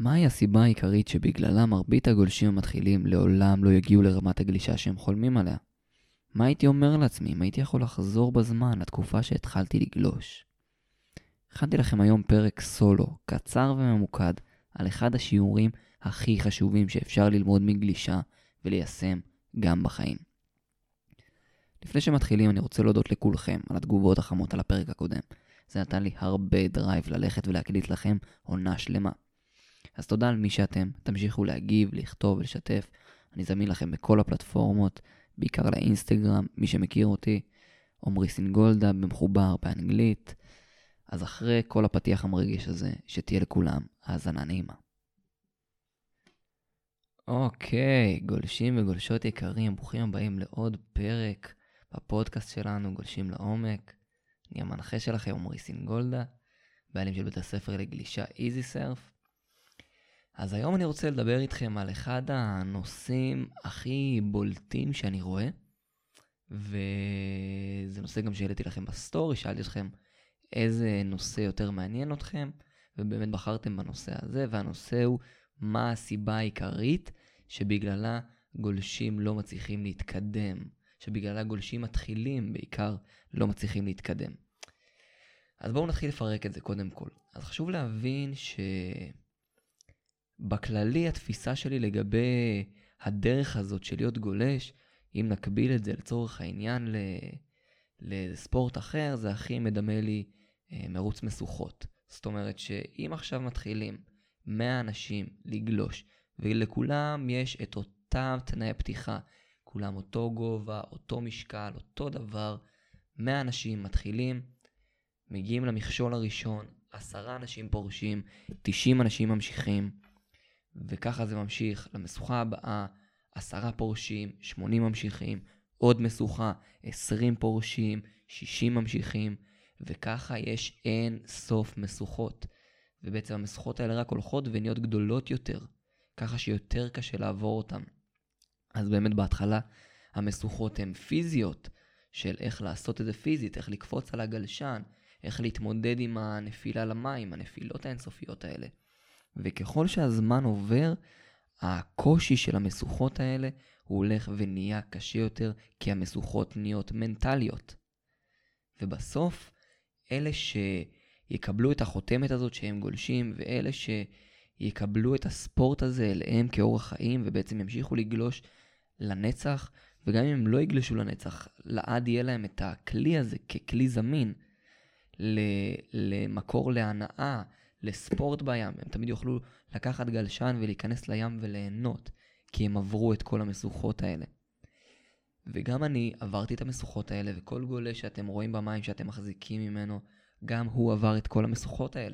מהי הסיבה העיקרית שבגללה מרבית הגולשים המתחילים לעולם לא יגיעו לרמת הגלישה שהם חולמים עליה? מה הייתי אומר לעצמי אם הייתי יכול לחזור בזמן לתקופה שהתחלתי לגלוש? הכנתי לכם היום פרק סולו, קצר וממוקד, על אחד השיעורים הכי חשובים שאפשר ללמוד מגלישה וליישם גם בחיים. לפני שמתחילים אני רוצה להודות לכולכם על התגובות החמות על הפרק הקודם. זה נתן לי הרבה דרייב ללכת ולהקליט לכם עונה שלמה. אז תודה על מי שאתם, תמשיכו להגיב, לכתוב ולשתף. אני זמין לכם בכל הפלטפורמות, בעיקר לאינסטגרם, מי שמכיר אותי, עומרי סינגולדה במחובר באנגלית. אז אחרי כל הפתיח המרגש הזה, שתהיה לכולם האזנה נעימה. אוקיי, גולשים וגולשות יקרים, ברוכים הבאים לעוד פרק בפודקאסט שלנו, גולשים לעומק. אני המנחה שלכם, עומרי סינגולדה, בעלים של בית הספר לגלישה Easy Surf. אז היום אני רוצה לדבר איתכם על אחד הנושאים הכי בולטים שאני רואה, וזה נושא גם שהעליתי לכם בסטורי, שאלתי אתכם איזה נושא יותר מעניין אתכם, ובאמת בחרתם בנושא הזה, והנושא הוא מה הסיבה העיקרית שבגללה גולשים לא מצליחים להתקדם, שבגללה גולשים מתחילים בעיקר לא מצליחים להתקדם. אז בואו נתחיל לפרק את זה קודם כל. אז חשוב להבין שבכללי התפיסה שלי לגבי הדרך הזאת של להיות גולש, אם נקביל את זה לצורך העניין לספורט אחר, זה הכי מדמה לי מרוץ משוכות. זאת אומרת שאם עכשיו מתחילים 100 אנשים לגלוש, ולכולם יש את אותם תנאי פתיחה, כולם אותו גובה, אותו משקל, אותו דבר, 100 אנשים מתחילים, מגיעים למכשול הראשון, 10 אנשים פורשים, 90 אנשים ממשיכים, וככה זה ממשיך למשוכה הבאה, 10 פורשים, 80 ממשיכים, עוד משוכה, 20 פורשים, 60 ממשיכים, וככה יש אין סוף משוכות. ובעצם המשוכות האלה רק הולכות ונהיות גדולות יותר, ככה שיותר קשה לעבור אותן. אז באמת בהתחלה המשוכות הן פיזיות, של איך לעשות את זה פיזית, איך לקפוץ על הגלשן, איך להתמודד עם הנפילה למים, הנפילות האינסופיות האלה. וככל שהזמן עובר, הקושי של המשוכות האלה הוא הולך ונהיה קשה יותר, כי המשוכות נהיות מנטליות. ובסוף, אלה שיקבלו את החותמת הזאת שהם גולשים, ואלה שיקבלו את הספורט הזה אליהם כאורח חיים, ובעצם ימשיכו לגלוש לנצח, וגם אם הם לא יגלשו לנצח, לעד יהיה להם את הכלי הזה ככלי זמין, למקור להנאה, לספורט בים. הם תמיד יוכלו לקחת גלשן ולהיכנס לים וליהנות, כי הם עברו את כל המשוכות האלה. וגם אני עברתי את המשוכות האלה, וכל גולש שאתם רואים במים שאתם מחזיקים ממנו, גם הוא עבר את כל המשוכות האלה.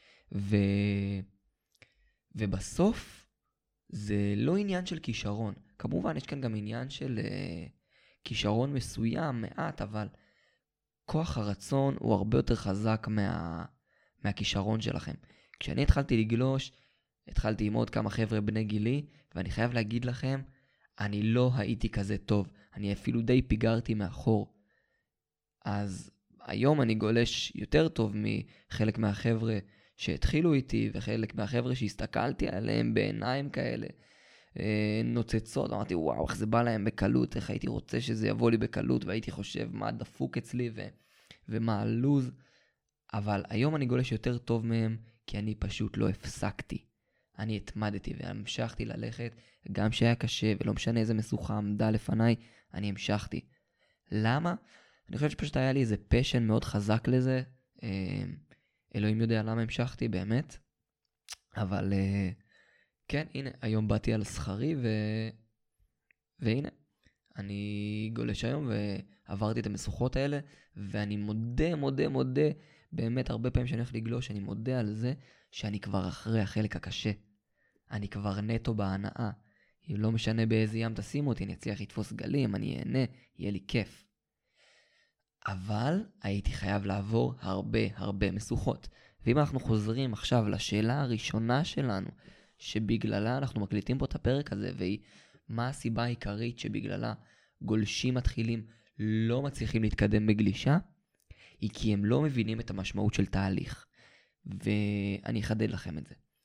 ובסוף, זה לא עניין של כישרון. כמובן, יש כאן גם עניין של כישרון מסוים, מעט, אבל כוח הרצון הוא הרבה יותר חזק מהכישרון שלכם. כשאני התחלתי לגלוש, התחלתי עם עוד כמה חבר'ה בני גילי, ואני חייב להגיד לכם, אני לא הייתי כזה טוב. אני אפילו די פיגרתי מאחור. אז היום אני גולש יותר טוב מחלק מהחבר'ה שהתחילו איתי, וחלק מהחבר'ה שהסתכלתי עליהם בעיניים כאלה, נוצצות. אמרתי, וואו, איך זה בא להם בקלות, איך הייתי רוצה שזה יבוא לי בקלות, והייתי חושב מה דפוק אצלי ומה הלוז. אבל היום אני גולש יותר טוב מהם, כי אני פשוט לא הפסקתי. אני התמדתי והמשכתי ללכת, גם שהיה קשה ולא משנה איזה משוכה עמדה לפניי, אני המשכתי. למה? אני חושב שפשוט היה לי איזה פשן מאוד חזק לזה. אלוהים יודע למה המשכתי באמת. אבל כן, הנה, היום באתי על שכרי והנה, אני גולש היום ועברתי את המשוכות האלה, ואני מודה, באמת הרבה פעמים שאני הולך לגלוש, אני מודה על זה שאני כבר אחרי החלק הקשה. אני כבר נטו בהנאה. לא משנה באיזה ים תשימו אותי, אני אצליח לתפוס גלים, אני אהנה, יהיה לי כיף. אבל הייתי חייב לעבור הרבה משוכות. ואם אנחנו חוזרים עכשיו לשאלה הראשונה שלנו, שבגללה אנחנו מקליטים פה את הפרק הזה, והיא מה הסיבה העיקרית שבגללה גולשים מתחילים לא מצליחים להתקדם בגלישה, היא כי הם לא מבינים את המשמעות של תהליך. ואני אחדד לכם את זה.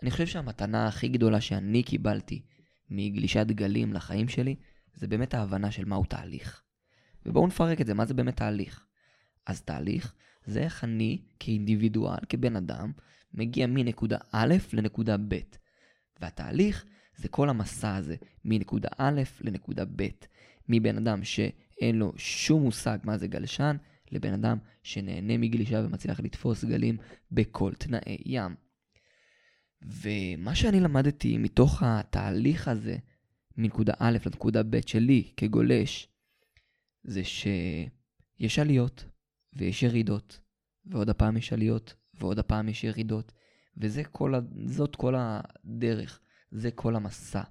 אני חושב שהמתנה הכי גדולה שאני קיבלתי מגלישת גלים לחיים שלי, זה באמת ההבנה של מהו תהליך. ובואו נפרק את זה, מה זה באמת תהליך? אז תהליך זה איך אני כאינדיבידואל, כבן אדם, מגיע מנקודה א' לנקודה ב'. והתהליך זה כל המסע הזה, מנקודה א' לנקודה ב'. מבן אדם שאין לו שום מושג מה זה גלשן, לבן אדם שנהנה מגלישה ומצליח לתפוס גלים בכל תנאי ים. ומה שאני למדתי מתוך התהליך הזה, מנקודה א' לנקודה ב' שלי כגולש, זה שיש עליות ויש ירידות, ועוד הפעם יש עליות ועוד הפעם יש ירידות, זאת כל הדרך, זה כל המסע.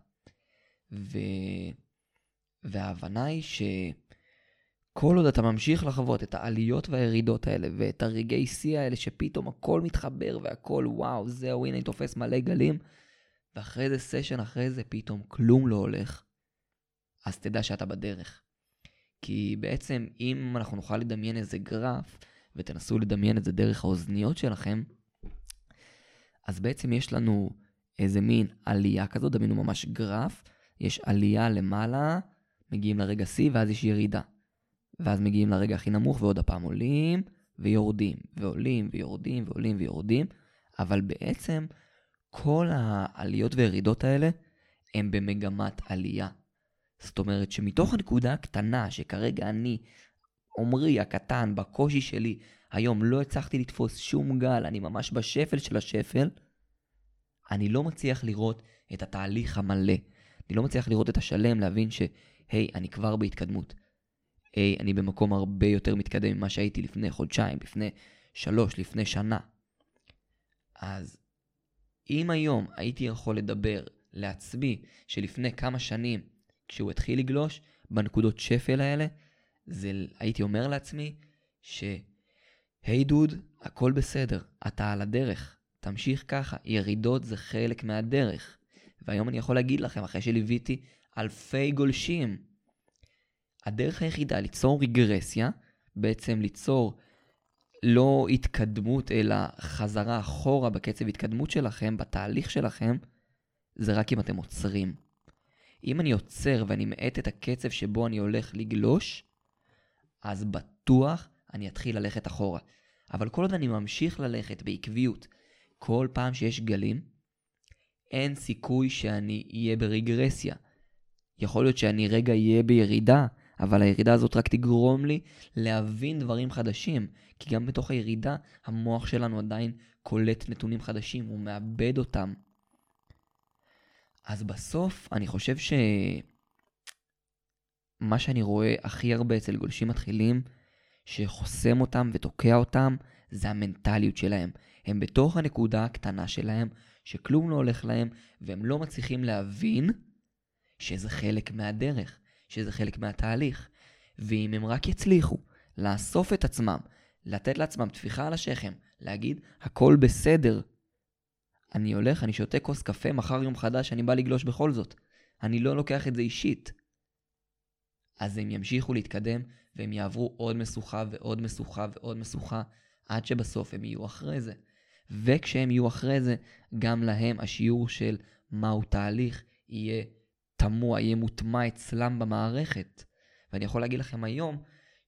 וההבנה היא שכל עוד אתה ממשיך לחוות את העליות והירידות האלה, ואת הרגעי שיא האלה שפתאום הכל מתחבר והכל וואו, זהו, הנה אני תופס מלא גלים, ואחרי זה סשן, אחרי זה פתאום כלום לא הולך, אז תדע שאתה בדרך. כי בעצם אם אנחנו נוכל לדמיין איזה גרף, ותנסו לדמיין את זה דרך האוזניות שלכם, אז בעצם יש לנו איזה מין עלייה כזאת, דמיינו ממש גרף, יש עלייה למעלה, מגיעים לרגע C ואז יש ירידה. ואז מגיעים לרגע הכי נמוך ועוד הפעם עולים ויורדים, ועולים ויורדים ועולים ויורדים, אבל בעצם כל העליות והירידות האלה הם במגמת עלייה. זאת אומרת שמתוך הנקודה הקטנה שכרגע אני, עומרי הקטן, בקושי שלי, היום לא הצלחתי לתפוס שום גל, אני ממש בשפל של השפל, אני לא מצליח לראות את התהליך המלא. אני לא מצליח לראות את השלם, להבין שהי, אני כבר בהתקדמות. היי, אני במקום הרבה יותר מתקדם ממה שהייתי לפני חודשיים, לפני 3, לפני שנה. אז אם היום הייתי יכול לדבר לעצמי שלפני כמה שנים, כשהוא התחיל לגלוש, בנקודות שפל האלה, הייתי אומר לעצמי היי דוד, הכל בסדר, אתה על הדרך, תמשיך ככה, ירידות זה חלק מהדרך. והיום אני יכול להגיד לכם, אחרי שליוויתי אלפי גולשים, הדרך היחידה ליצור רגרסיה, בעצם ליצור לא התקדמות, אלא חזרה אחורה בקצב התקדמות שלכם, בתהליך שלכם, זה רק אם אתם עוצרים. אם אני עוצר ואני מאט את הקצב שבו אני הולך לגלוש, אז בטוח אני אתחיל ללכת אחורה. אבל כל עוד אני ממשיך ללכת בעקביות, כל פעם שיש גלים, אין סיכוי שאני אהיה ברגרסיה. יכול להיות שאני רגע אהיה בירידה, אבל הירידה הזאת רק תגרום לי להבין דברים חדשים. כי גם בתוך הירידה, המוח שלנו עדיין קולט נתונים חדשים, הוא מאבד אותם. אז בסוף אני חושב מה שאני רואה הכי הרבה אצל גולשים מתחילים, שחוסם אותם ותוקע אותם, זה המנטליות שלהם. הם בתוך הנקודה הקטנה שלהם, שכלום לא הולך להם, והם לא מצליחים להבין שזה חלק מהדרך, שזה חלק מהתהליך. ואם הם רק יצליחו לאסוף את עצמם, לתת לעצמם תפיחה על השכם, להגיד, הכל בסדר. אני הולך, אני שותה כוס קפה, מחר יום חדש, אני בא לגלוש בכל זאת. אני לא לוקח את זה אישית. אז הם ימשיכו להתקדם, והם יעברו עוד משוכה ועוד משוכה ועוד משוכה, עד שבסוף הם יהיו אחרי זה. וכשהם יהיו אחרי זה, גם להם השיעור של מהו תהליך יהיה תמוע, יהיה מוטמע אצלם במערכת. ואני יכול להגיד לכם היום,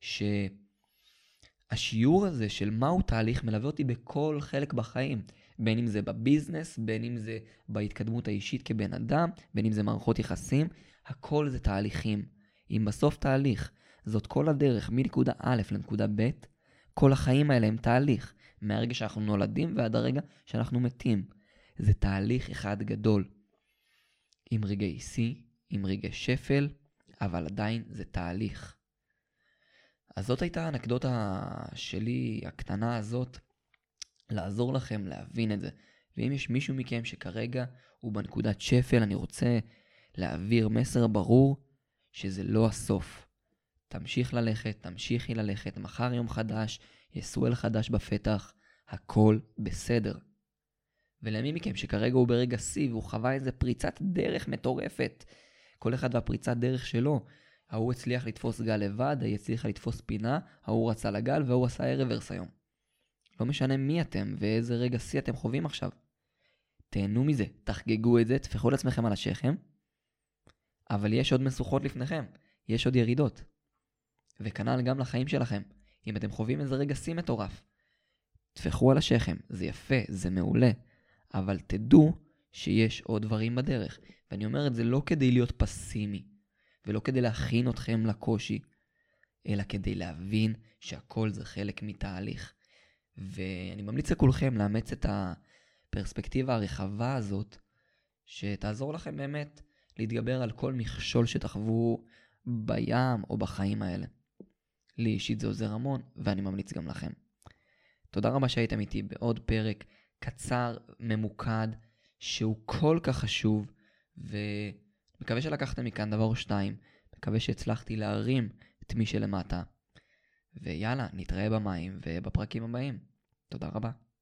שהשיעור הזה של מהו תהליך מלווה אותי בכל חלק בחיים. בין אם זה בביזנס, בין אם זה בהתקדמות האישית כבן אדם, בין אם זה מערכות יחסים, הכל זה תהליכים. אם בסוף תהליך, זאת כל הדרך מנקודה א' לנקודה ב', כל החיים האלה הם תהליך, מהרגע שאנחנו נולדים ועד הרגע שאנחנו מתים. זה תהליך אחד גדול, עם רגעי שיא, עם רגעי שפל, אבל עדיין זה תהליך. אז זאת הייתה האנקדוטה שלי, הקטנה הזאת, לעזור לכם להבין את זה. ואם יש מישהו מכם שכרגע הוא בנקודת שפל, אני רוצה להעביר מסר ברור שזה לא הסוף. תמשיך ללכת, תמשיכי ללכת, מחר יום חדש, יסואל חדש בפתח, הכל בסדר. ולמי מכם שכרגע הוא ברגע שיא והוא חווה איזה פריצת דרך מטורפת, כל אחד והפריצת דרך שלו, ההוא הצליח לתפוס גל לבד, ההוא הצליח לתפוס פינה, ההוא רצה לגל והוא עשה רוורס היום. לא משנה מי אתם ואיזה רגע שיא אתם חווים עכשיו. תהנו מזה, תחגגו את זה, תפחו לעצמכם על השכם, אבל יש עוד משוכות לפניכם, יש עוד ירידות. וכנ"ל גם לחיים שלכם. אם אתם חווים איזה רגע שיא מטורף, תפחו על השכם, זה יפה, זה מעולה, אבל תדעו שיש עוד דברים בדרך. ואני אומר את זה לא כדי להיות פסימי, ולא כדי להכין אתכם לקושי, אלא כדי להבין שהכל זה חלק מתהליך. ואני ממליץ לכולכם לאמץ את הפרספקטיבה הרחבה הזאת, שתעזור לכם באמת להתגבר על כל מכשול שתחוו בים או בחיים האלה. לי אישית זה עוזר המון, ואני ממליץ גם לכם. תודה רבה שהייתם איתי בעוד פרק קצר, ממוקד, שהוא כל כך חשוב, ומקווה שלקחתם מכאן דבר או שניים, מקווה שהצלחתי להרים את מי שלמטה, ויאללה, נתראה במים ובפרקים הבאים. תודה רבה.